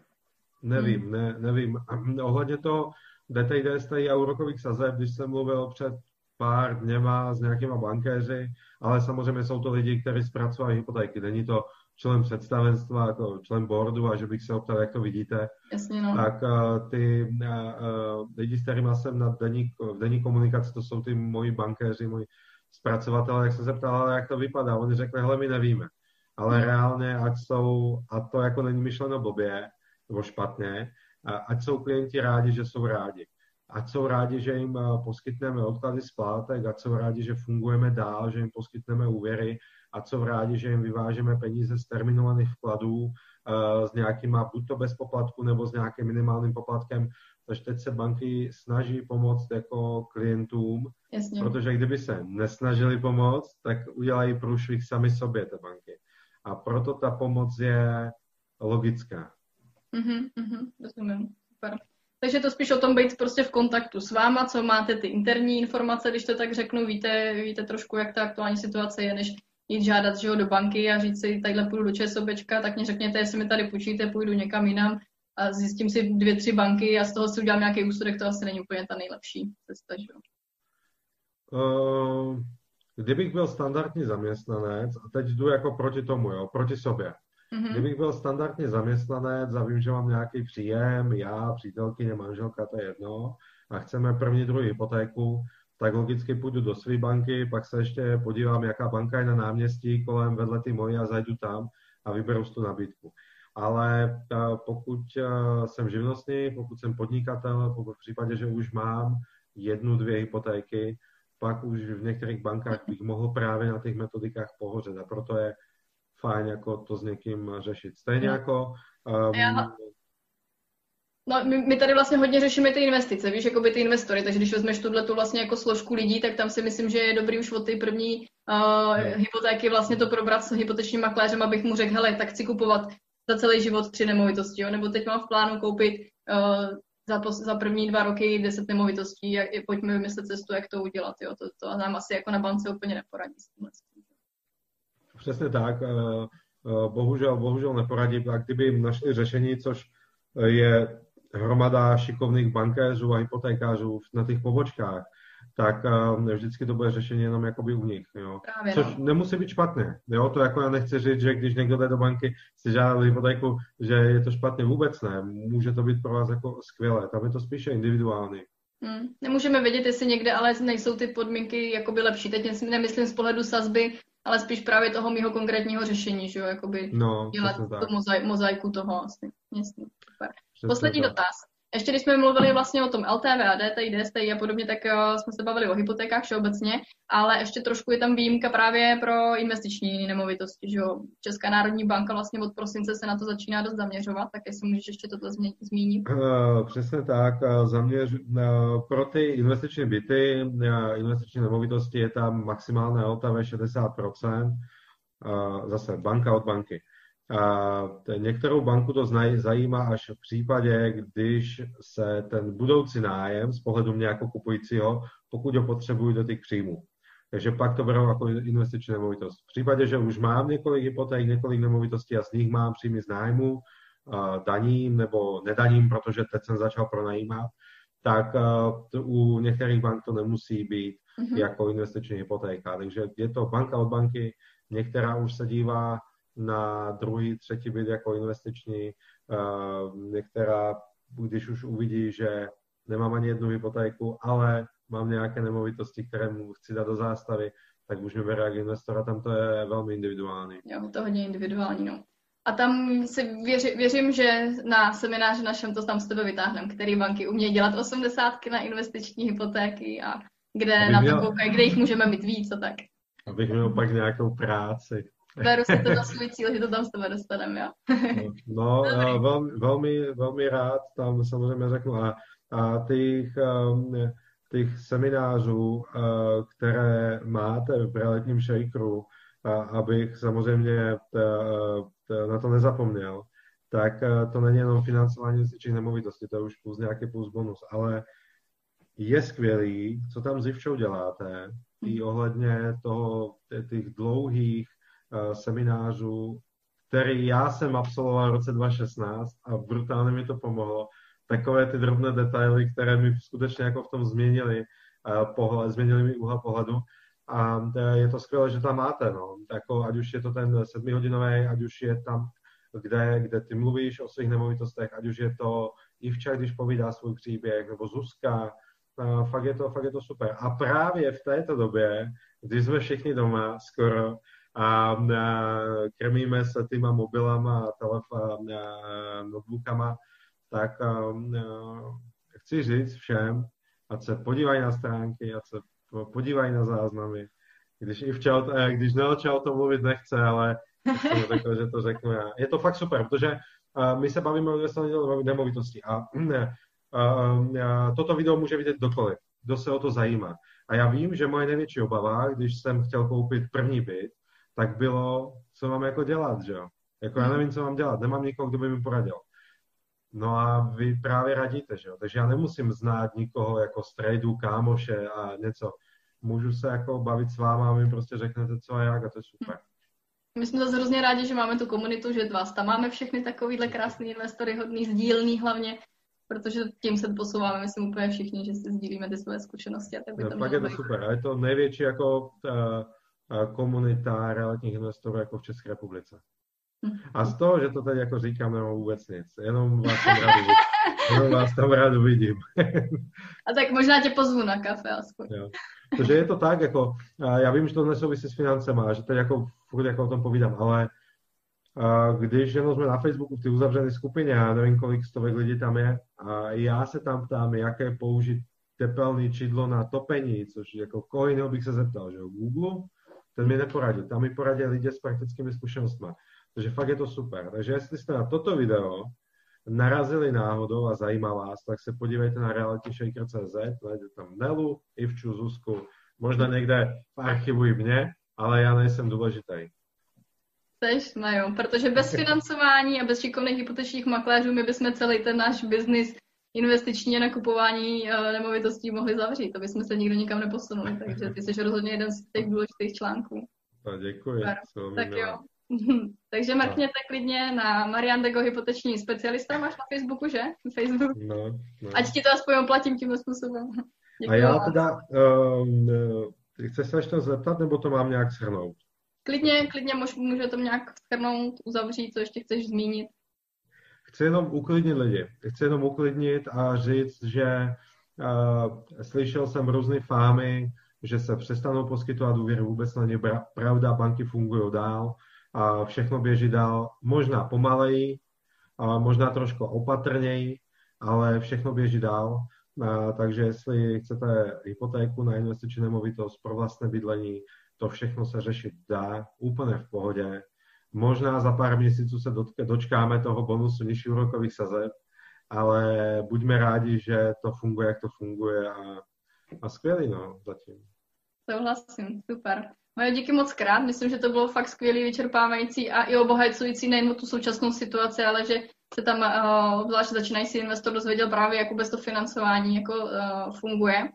Nevím. Ohledně toho DTID, STI a úrokových sazeb, když jsem mluvil před pár dněma s nějakýma bankéři, ale samozřejmě jsou to lidi, kteří zpracovají hypotéky. Není to člen představenstva, jako člen boardu, a že bych se optal, jak to vidíte. Jasně, no. Tak ty lidi, s kterými jsem v denní komunikaci, to jsou ty moji bankéři, moji zpracovatelé, jak se zeptal, ale jak to vypadá. Oni řekli, hele, my nevíme. Ale reálně, ať jsou, a to jako není myšleno blbě, nebo špatně, ať jsou klienti rádi, že jsou rádi. Ať jsou rádi, že jim poskytneme odklady splátek, ať jsou rádi, že fungujeme dál, že jim poskytneme úvěry, ať jsou rádi, že jim vyvážeme peníze z terminovaných vkladů s nějakýma, buď to bez poplatku, nebo s nějakým minimálním poplatkem. Takže teď se banky snaží pomoct jako klientům, Jasně. Protože kdyby se nesnažili pomoct, tak udělají průšvih sami sobě ty banky. A proto ta pomoc je logická. Rozumím. Super. Takže to spíš o tom být prostě v kontaktu s váma, co máte ty interní informace, když to tak řeknu, víte trošku, jak ta aktuální situace je, než jít žádat, že ho, do banky a říct si, tadyhle půjdu do ČSOBčka, tak mě řekněte, jestli mi tady půjčíte, půjdu někam jinam a zjistím si 2-3 banky a z toho si udělám nějaký úsudek, to asi není úplně ta nejlepší cesta, že jo? Kdybych byl standardní zaměstnanec, a teď jdu jako proti tomu, jo, proti sobě. Kdybych byl standardní zaměstnanec a vím, že mám nějaký příjem, já, přítelkyně, manželka, to je jedno, a chceme první, druhou hypotéku, tak logicky půjdu do své banky, pak se ještě podívám, jaká banka je na náměstí kolem vedle ty moje a zajdu tam a vyberu tu nabídku. Ale pokud jsem živnostník, pokud jsem podnikatel, pokud v případě, že už mám 1-2 hypotéky, pak už v některých bankách bych mohl právě na těch metodikách pohořet a proto je fajn jako to s někým řešit. Stejně jako... No, my tady vlastně hodně řešíme ty investice, víš, jako by ty investory, takže když vezmeš tu vlastně jako složku lidí, tak tam si myslím, že je dobrý už od té první hypotéky vlastně to probrat s hypotečním makléřem, abych mu řekl, hele, tak chci kupovat za celý život 3 nemovitosti, jo? Nebo teď mám v plánu koupit za první 2 roky 10 nemovitostí, pojďme vymyslet cestu, jak to udělat, jo? To nám asi jako na bance úplně neporadí s tímhle. Přesně tak, bohužel neporadí, a kdyby našli řešení, což je hromada šikovných bankéřů a hypotékářů na těch pobočkách, tak vždycky to bude řešení jenom jakoby u nich. Jo. Právě, což nemusí být špatně. Jo. To jako já nechci říct, že když někdo jde do banky si žádá hypotéku, že je to špatně, vůbec ne. Může to být pro vás jako skvělé. Tam je to spíše individuální. Nemůžeme vědět, jestli někde ale nejsou ty podmínky jakoby lepší. Teď nemyslím z pohledu sazby, ale spíš právě toho mýho konkrétního řešení, že jo, jakoby dělat tu mozaiku toho asi. Jasně, super. Poslední dotaz. Ještě když jsme mluvili vlastně o tom LTV a DTI, DSTI a podobně, tak jsme se bavili o hypotékách všeobecně, ale ještě trošku je tam výjimka právě pro investiční nemovitosti, že jo. Česká národní banka vlastně od prosince se na to začíná dost zaměřovat, tak jestli můžeš ještě toto zmínit. Přesně tak. Pro ty investiční byty, investiční nemovitosti je tam maximálné LTV 60%, zase banka od banky. Některou banku to zajímá až v případě, když se ten budoucí nájem z pohledu mě jako kupujícího, pokud ho potřebuji do těch příjmů. Takže pak to berou jako investiční nemovitost. V případě, že už mám několik hypoték, několik nemovitostí a z nich mám příjmy z nájmu, daním nebo nedaním, protože teď jsem začal pronajímat, tak u některých bank to nemusí být jako investiční hypotéka. Takže je to banka od banky, některá už se dívá na druhý, třetí byt jako investiční. Některá, když už uvidí, že nemám ani jednu hypotéku, ale mám nějaké nemovitosti, které mu chci dát do zástavy, tak už mě bere jak investora, tam to je velmi individuální. Jo, to hodně individuální, no. A tam si věřím, že na semináři našem to tam z tebe vytáhneme, který banky umějí dělat 80 na investiční hypotéky a kde na to koukají, kde jich můžeme mít víc a tak. Abych měl pak nějakou práci. Beru si to za svůj cíl, že to tam z tebe dostaneme, jo. No, velmi rád tam samozřejmě řeknu. A těch seminářů, které máte v realitním shakeru, abych samozřejmě na to nezapomněl, tak to není jenom financování investičních nemovitostí, to je už nějaký plus bonus, ale je skvělý, co tam s Ivčou děláte, i ohledně těch dlouhých seminářů, který já jsem absolvoval v roce 2016 a brutálně mi to pomohlo. Takové ty drobné detaily, které mi skutečně jako v tom změnili mi úhel pohledu. A je to skvělé, že tam máte, no. Jako, ať už je to ten 7hodinový, ať už je tam, kde ty mluvíš o svých nemovitostech, ať už je to Ivča, když povídá svůj příběh, nebo Zuzka, fakt je to super. A právě v této době, když jsme všichni doma skoro a krmíme se týma mobilama a notebookama, tak chci říct všem, ať se podívají na stránky, ať se podívají na záznamy. Když Nelča o tom mluvit nechce, ale jsem řekl, že to řeknu já. Je to fakt super, protože my se bavíme o investování nemovitosti a toto video může vidět kdokoliv, kdo se o to zajímá. A já vím, že moje největší obava, když jsem chtěl koupit první byt, tak bylo, co mám jako dělat, že jo? Jako já nevím, co mám dělat, nemám nikoho, kdo by mi poradil. No a vy právě radíte, že jo? Takže já nemusím znát nikoho jako z tradu, kámoše a něco. Můžu se jako bavit s váma a mi prostě řeknete co a jak a to je super. My jsme zase hrozně rádi, že máme tu komunitu, že vás tam máme všechny takovýhle krásný investory, hodný, sdílný hlavně, protože tím se posouváme, myslím úplně všichni, že si sdílíme ty své zkušenosti. A tak by to pak je to super. A je to největší jako komunita realitních investorů jako v České republice. A z toho, že to teď jako říkám, nemám vůbec nic. Jenom vás tam rád uvidím. A tak možná tě pozvu na kafe aspoň. Jo. Protože je to tak, jako, já vím, že to nesouvisí s financema, že teď jako furt jako o tom povídám, ale když jenom jsme na Facebooku v té uzavřené skupině, já nevím, kolik stovek lidí tam je, a já se tam ptám, jaké použít tepelné čidlo na topení, což jako koho jiného bych se zeptal, že jo, Google, ten mi neporadí, tam mi poradí lidi s praktickými zkušenostmi. Takže fakt je to super. Takže jestli jste na toto video narazili náhodou a zajímá vás, tak se podívejte na realityshaker.cz, najde tam Nelu, Ivču, Zuzku, možná někde v archivu i mě, ale já nejsem důležitý. Seš, no jo, protože bez financování a bez šikovných hypotečních makléřů my bychom celý ten náš biznis investiční a nakupování nemovitostí mohli zavřít. To bychom se nikdo nikam neposunuli, takže ty jsi rozhodně jeden z těch důležitých článků. No, děkuji. Tak jo. Takže mrkněte klidně na Marian Dego, hypoteční specialista, máš na Facebooku, že? Facebook. No. Ať ti to aspoň oplatím tímhle způsobem. Děkuji. A já teda, chceš se ještě zeptat, nebo to mám nějak shrnout? Klidně může to nějak shrnout, uzavřít, co ještě chceš zmínit. Chci jenom uklidnit lidi. Chci jenom uklidnit a říct, že slyšel jsem různé fámy, že se přestanou poskytovat úvěry, vůbec není pravda, banky fungují dál a všechno běží dál, možná pomaleji, možná trošku opatrněji, ale všechno běží dál. Takže jestli chcete hypotéku na investiční nemovitost pro vlastné bydlení, to všechno se řešit dá úplně v pohodě. Možná za pár měsíců se dočkáme toho bonusu nižších úrokových sazeb, ale buďme rádi, že to funguje, jak to funguje a skvělý, no, zatím. Souhlasím, super. Majo, díky moc krát, myslím, že to bylo fakt skvělý, vyčerpávající a i obohacující nejen o tu současnou situaci, ale že se tam, obzvlášť začínající investor, dozvěděl právě, jak vůbec to financování jako, funguje.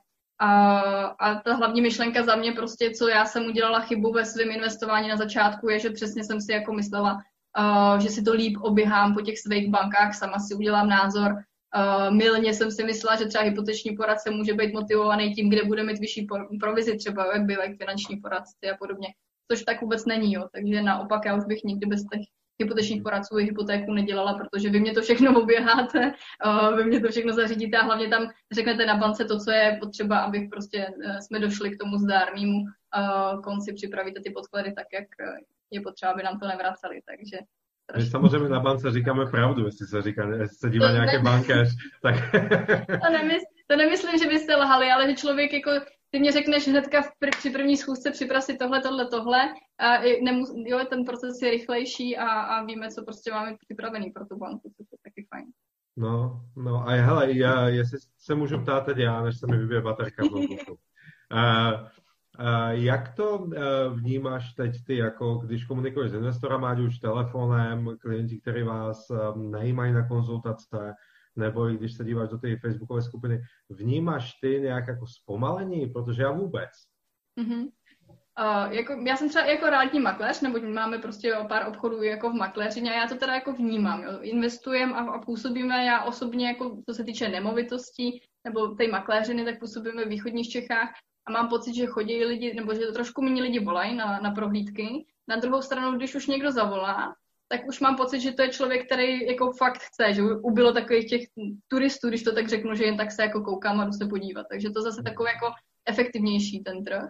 A ta hlavní myšlenka za mě prostě, co já jsem udělala chybu ve svém investování na začátku, je, že přesně jsem si jako myslela, že si to líp oběhám po těch svých bankách, sama si udělám názor. Mylně jsem si myslela, že třeba hypoteční poradce může být motivovaný tím, kde bude mít vyšší provizi, třeba jak finanční poradci a podobně. což tak vůbec není, jo. Takže naopak já už bych nikdy bez těch hypotečních poradců i hypotéku nedělala, protože vy mě to všechno oběháte, vy mě to všechno zařídíte a hlavně tam řeknete na bance to, co je potřeba, abych prostě jsme došli k tomu zdárnému konci, připravíte ty podklady tak, jak je potřeba, aby nám to nevraceli, takže my samozřejmě na bance říkáme pravdu, jestli se dívá nějaký bankéř, tak... To nemyslím, že byste lhali, ale že člověk jako, ty mě řekneš hnedka při první schůzce připrav si tohle jo, ten proces je rychlejší a víme, co prostě máme připravený pro tu banku, což je taky fajn. No a hele, jestli se můžu ptát teď já, než se mi vybije baterka v notebooku. Jak to vnímáš teď ty, jako když komunikuješ s investorem, ať už telefonem, klienti, kteří vás najímají na konzultace, nebo i když se díváš do té facebookové skupiny, vnímáš ty nějak jako zpomalení? Protože já vůbec. Já jsem třeba jako realitní makléř, nebo máme prostě pár obchodů jako v makléřině a já to teda jako vnímám. Jo. Investujeme a působíme, já osobně, jako co se týče nemovitostí nebo té makléřiny, tak působíme v východních Čechách a mám pocit, že chodí lidi, nebo že trošku méně lidi volají na prohlídky. Na druhou stranu, když už někdo zavolá, tak už mám pocit, že to je člověk, který jako fakt chce, že ubylo takových těch turistů, když to tak řeknu, že jen tak se jako koukám a jdu se podívat. Takže to zase takový jako efektivnější ten trh.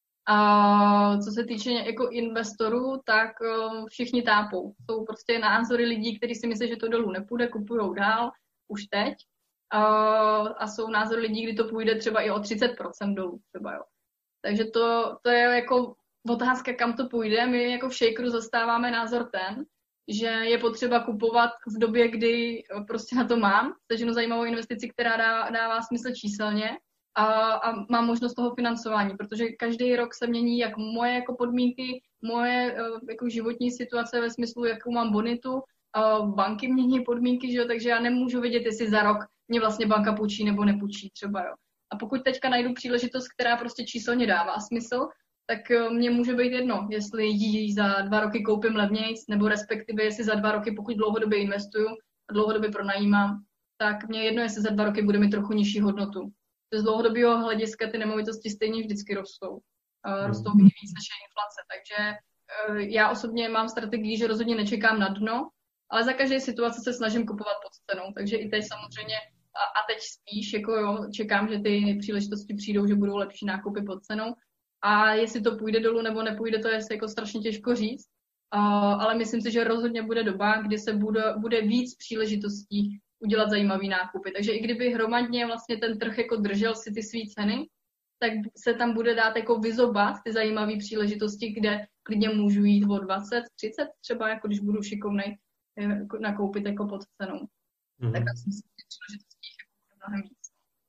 A co se týče jako investorů, tak všichni tápou. Jsou prostě názory lidí, kteří si myslí, že to dolů nepůjde, kupujou dál, už teď. A jsou názory lidí, kdy to půjde třeba i o 30% dolů. Třeba, jo. Takže to je jako otázka, kam to půjde. My jako v Shakeru zastáváme názor ten, že je potřeba kupovat v době, kdy prostě na to mám. Seženu zajímavou investici, která dává smysl číselně a mám možnost toho financování, protože každý rok se mění jak moje jako podmínky, moje jako životní situace ve smyslu, jakou mám bonitu, banky mění podmínky, že jo, takže já nemůžu vědět, jestli za rok mě vlastně banka půjčí nebo nepůjčí třeba, jo. A pokud teďka najdu příležitost, která prostě číselně dává smysl, tak mně může být jedno, jestli ji za 2 roky koupím levnějc, nebo respektive jestli za 2 roky, pokud dlouhodobě investuju a dlouhodobě pronajímám, tak mně jedno, jestli za 2 roky bude mít trochu nižší hodnotu. Z dlouhodobého hlediska ty nemovitosti stejně vždycky rostou. Rostou víc než je inflace, takže já osobně mám strategii, že rozhodně nečekám na dno, ale za každé situace se snažím kupovat pod cenou, takže i teď samozřejmě a teď spíš jako jo, čekám, že ty příležitosti přijdou, že budou lepší nákupy pod cenou. A jestli to půjde dolů nebo nepůjde, to je jako strašně těžko říct. Ale myslím si, že rozhodně bude doba, kdy se bude víc příležitostí udělat zajímavý nákupy. Takže i kdyby hromadně vlastně ten trh jako držel si ty svý ceny, tak se tam bude dát jako vyzobat ty zajímavé příležitosti, kde klidně můžu jít o 20, 30 třeba, jako když budu šikovnej nakoupit jako pod cenou. Tak já si myslím, že příležitostí je mnohem víc.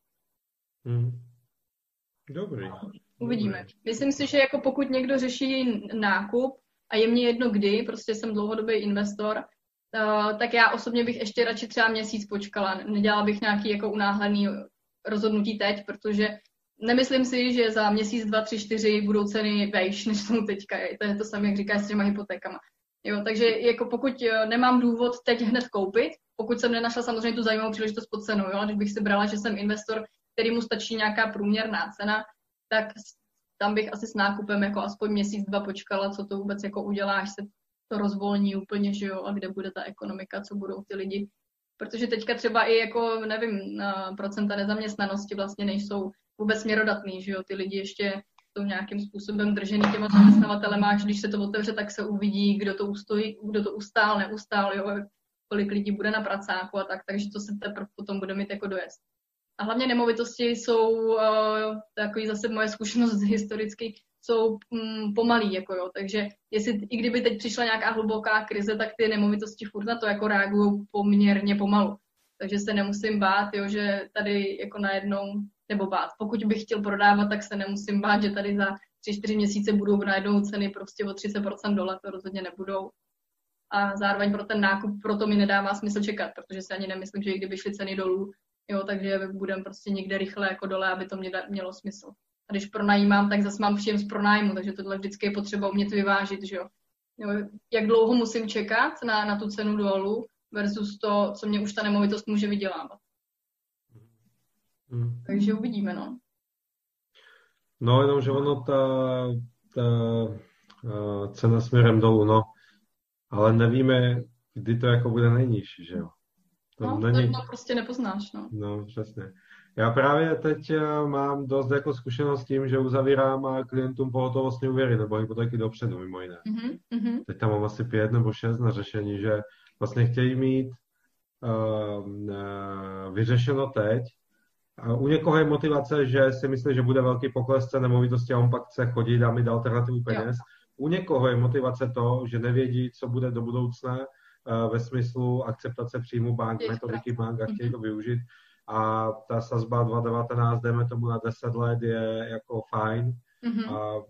Dobrý. Uvidíme. Myslím si, že jako pokud někdo řeší nákup a je mně jedno kdy, prostě jsem dlouhodobý investor, tak já osobně bych ještě radši třeba měsíc počkala. Nedělala bych nějaký jako unáhlený rozhodnutí teď, protože nemyslím si, že za měsíc, 2, 3, 4 budou ceny vejš, než jsou teďka. To je to samé, jak říkáš s těma hypotékama. Jo, takže jako pokud nemám důvod teď hned koupit, pokud jsem nenašla samozřejmě tu zajímavou příležitost pod cenou, jo, když bych si brala, že jsem investor, který mu stačí nějaká průměrná cena, tak tam bych asi s nákupem jako aspoň měsíc, 2 počkala, co to vůbec jako udělá, až se to rozvolní úplně, že jo, a kde bude ta ekonomika, co budou ty lidi. Protože teďka třeba i jako, nevím, procenta nezaměstnanosti vlastně nejsou vůbec směrodatný, že jo, ty lidi ještě jsou nějakým způsobem držený těma zaměstnavatelema, až když se to otevře, tak se uvidí, kdo to ustál, neustál, jo, kolik lidí bude na pracáku a tak, takže to se teprve potom bude mít jako dojezd. A hlavně nemovitosti jsou, takový zase moje zkušenost historicky, jsou pomalý, jako jo, takže i kdyby teď přišla nějaká hluboká krize, tak ty nemovitosti furt na to jako reagují poměrně pomalu. Takže se nemusím bát, jo, že tady jako najednou, nebo bát, pokud bych chtěl prodávat, tak se nemusím bát, že tady za 3-4 měsíce budou najednou ceny prostě o 30% dole, to rozhodně nebudou. A zároveň pro ten nákup proto mi nedává smysl čekat, protože si ani nemyslím, že i kdyby šly ceny dolů, jo, takže budeme prostě někde rychle jako dole, aby to mělo smysl. A když pronajímám, tak zase mám příjem z pronájmu, takže tohle vždycky je potřeba umět vyvážit, že jo. Jak dlouho musím čekat na tu cenu dolů versus to, co mě už ta nemovitost může vydělávat. Takže uvidíme, no. No, jenomže ono cena směrem dolů, no. Ale nevíme, kdy to jako bude nejnižší, že jo. To není... to prostě nepoznáš, no. No, přesně. Já právě teď mám dost jako zkušenost s tím, že uzavírám klientům pohotovostní úvěry nebo hypotéky dopředu, mimo jiné. Mm-hmm. Teď tam mám asi 5 nebo 6 na řešení, že vlastně chtějí mít vyřešeno teď. A u někoho je motivace, že si myslí, že bude velký pokles cen nemovitosti a on pak chce chodit a mít alternativu peněz. Jo. U někoho je motivace to, že nevědí, co bude do budoucna ve smyslu akceptace příjmu bank, metodiky bank a chtějí to využít. A ta sazba 2,19, dejme tomu na 10 let, je jako fajn. Mm-hmm. A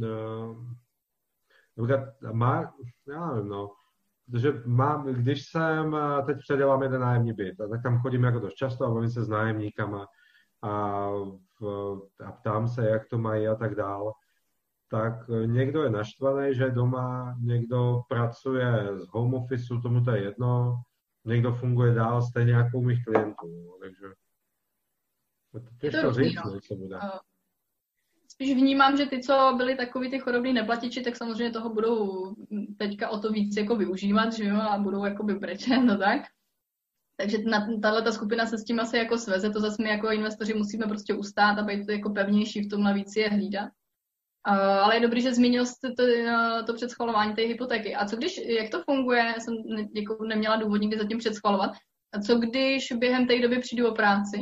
já nevím, no. Protože když jsem, teď předělám jeden nájemní byt, tak tam chodím jako dost často a bavím se s nájemníkama a ptám se, jak to mají a tak dál. Tak někdo je naštvaný, že je doma, někdo pracuje z home officeu, tomu to je jedno, někdo funguje dál stejně jako u mých klientů. Takže je to říct, co bude. Spíš vnímám, že ty, co byli takový ty chorobní neplatiči, tak samozřejmě toho budou teďka o to víc jako využívat, že jo, a budou jakoby brečet, no tak. Takže tahleta skupina se s tím asi jako sveze, to zase my jako investoři musíme prostě ustát a být jako pevnější v tomhle víc je hlídat. Ale je dobrý, že zmínil jste to předschvalování té hypotéky. A co když, jak to funguje, já jsem jako neměla důvod nikdy zatím předschvalovat, a co když během té doby přijdu o práci?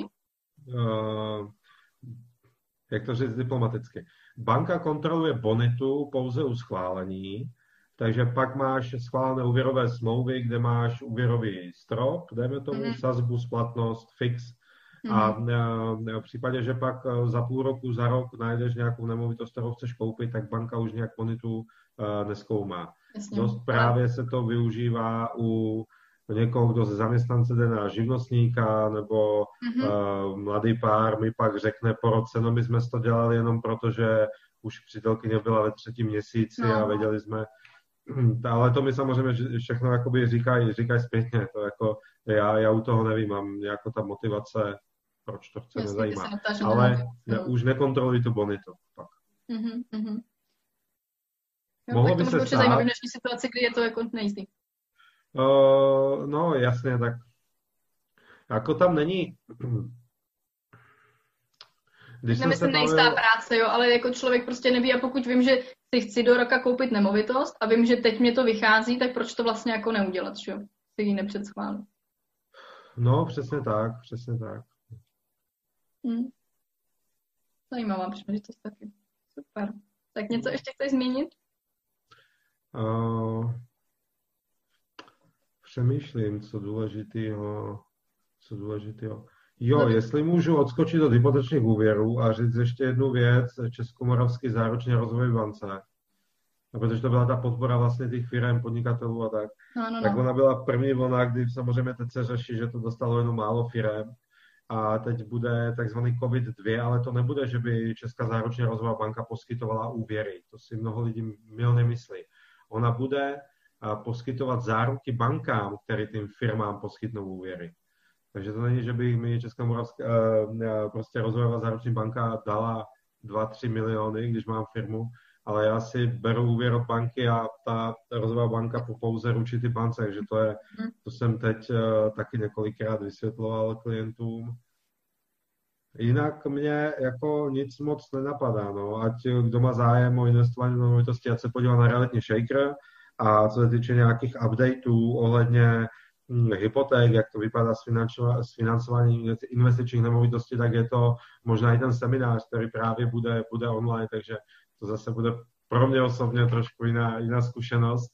Jak to říct diplomaticky? Banka kontroluje bonitu pouze u schválení, takže pak máš schválené úvěrové smlouvy, kde máš úvěrový strop, dejme tomu sazbu, splatnost, fix. A v případě, že pak za půl roku, za rok najdeš nějakou nemovitost, kterou chceš koupit, tak banka už nějak bonitu nezkoumá. Jasně. Dost právě se to využívá u někoho, kdo ze zaměstnance jde na živnostníka, nebo mladý pár mi pak řekne po roce, no my jsme to dělali jenom proto, že už přítelkyně byla ve 3. měsíci a věděli jsme, ale to mi samozřejmě všechno jakoby říkají zpětně, to jako já u toho nevím, mám jako ta motivace, proč to chce, nezajímá. Ale už nekontroluji tu bonitu. Pak. Mohlo by se stát. Zajímavé v dnešní situaci, kdy je to jako nejistý. No jasně, tak jako tam není. Nemyslím nejistá práce, jo, ale jako člověk prostě neví a pokud vím, že si chci do roka koupit nemovitost a vím, že teď mě to vychází, tak proč to vlastně jako neudělat, že jo? Si ji nepředschválit. No, přesně tak. Zajímavá příležitost taky. Super. Tak něco ještě chceš zmínit? Přemýšlím, co důležitého. Jo, jestli můžu odskočit od hypotečních úvěrů a říct ještě jednu věc, Českomoravský záručně rozvojový bance, protože to byla ta podpora vlastně těch firem, podnikatelů a tak. Tak ona byla první vlna, kdy samozřejmě teď se řeší, že to dostalo jenom málo firem a teď bude takzvaný COVID-2, ale to nebude, že by Česká záručně rozvojová banka poskytovala úvěry. To si mnoho lidí mylně myslí. Ona bude poskytovat záruky bankám, které tím firmám poskytnou úvěry. Takže to není, že by mi Česká moravská prostě rozvojová záruční banka dala 2-3 miliony, když mám firmu, ale já si beru úvěr od banky a ta rozvojová banka pouze ručí ty bance, takže to jsem teď taky několikrát vysvětloval klientům. Jinak mě jako nic moc nenapadá, no. Ať kdo má zájem o investování do nemovitosti, ať se podívá na realitní shaker a co se týče nějakých updateů ohledně hypoték, jak to vypadá s financováním investičních nemovitostí, tak je to možná i ten seminář, který právě bude online, takže to zase bude pro mě osobně trošku jiná zkušenost.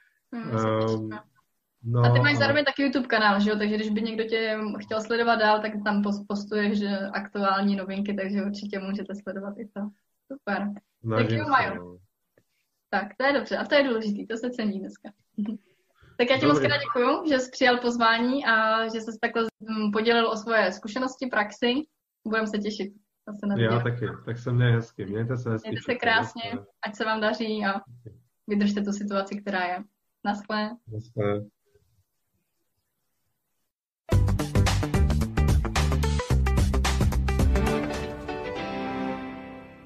No, a ty máš zároveň taky YouTube kanál, že jo? Takže když by někdo tě chtěl sledovat dál, tak tam postuješ aktuální novinky, takže určitě můžete sledovat i to. Super. Tak jo, Majo. Tak, to je dobře. A to je důležitý, to se cení dneska. Tak já ti moc krát děkuju, že jsi přijal pozvání a že jsi takhle podělil o svoje zkušenosti, praxi. Budeme se těšit. Já taky. Tak se měj hezky. Mějte se hezky. Mějte se krásně, ať se vám daří a vydržte tu situaci, která je. Naschle.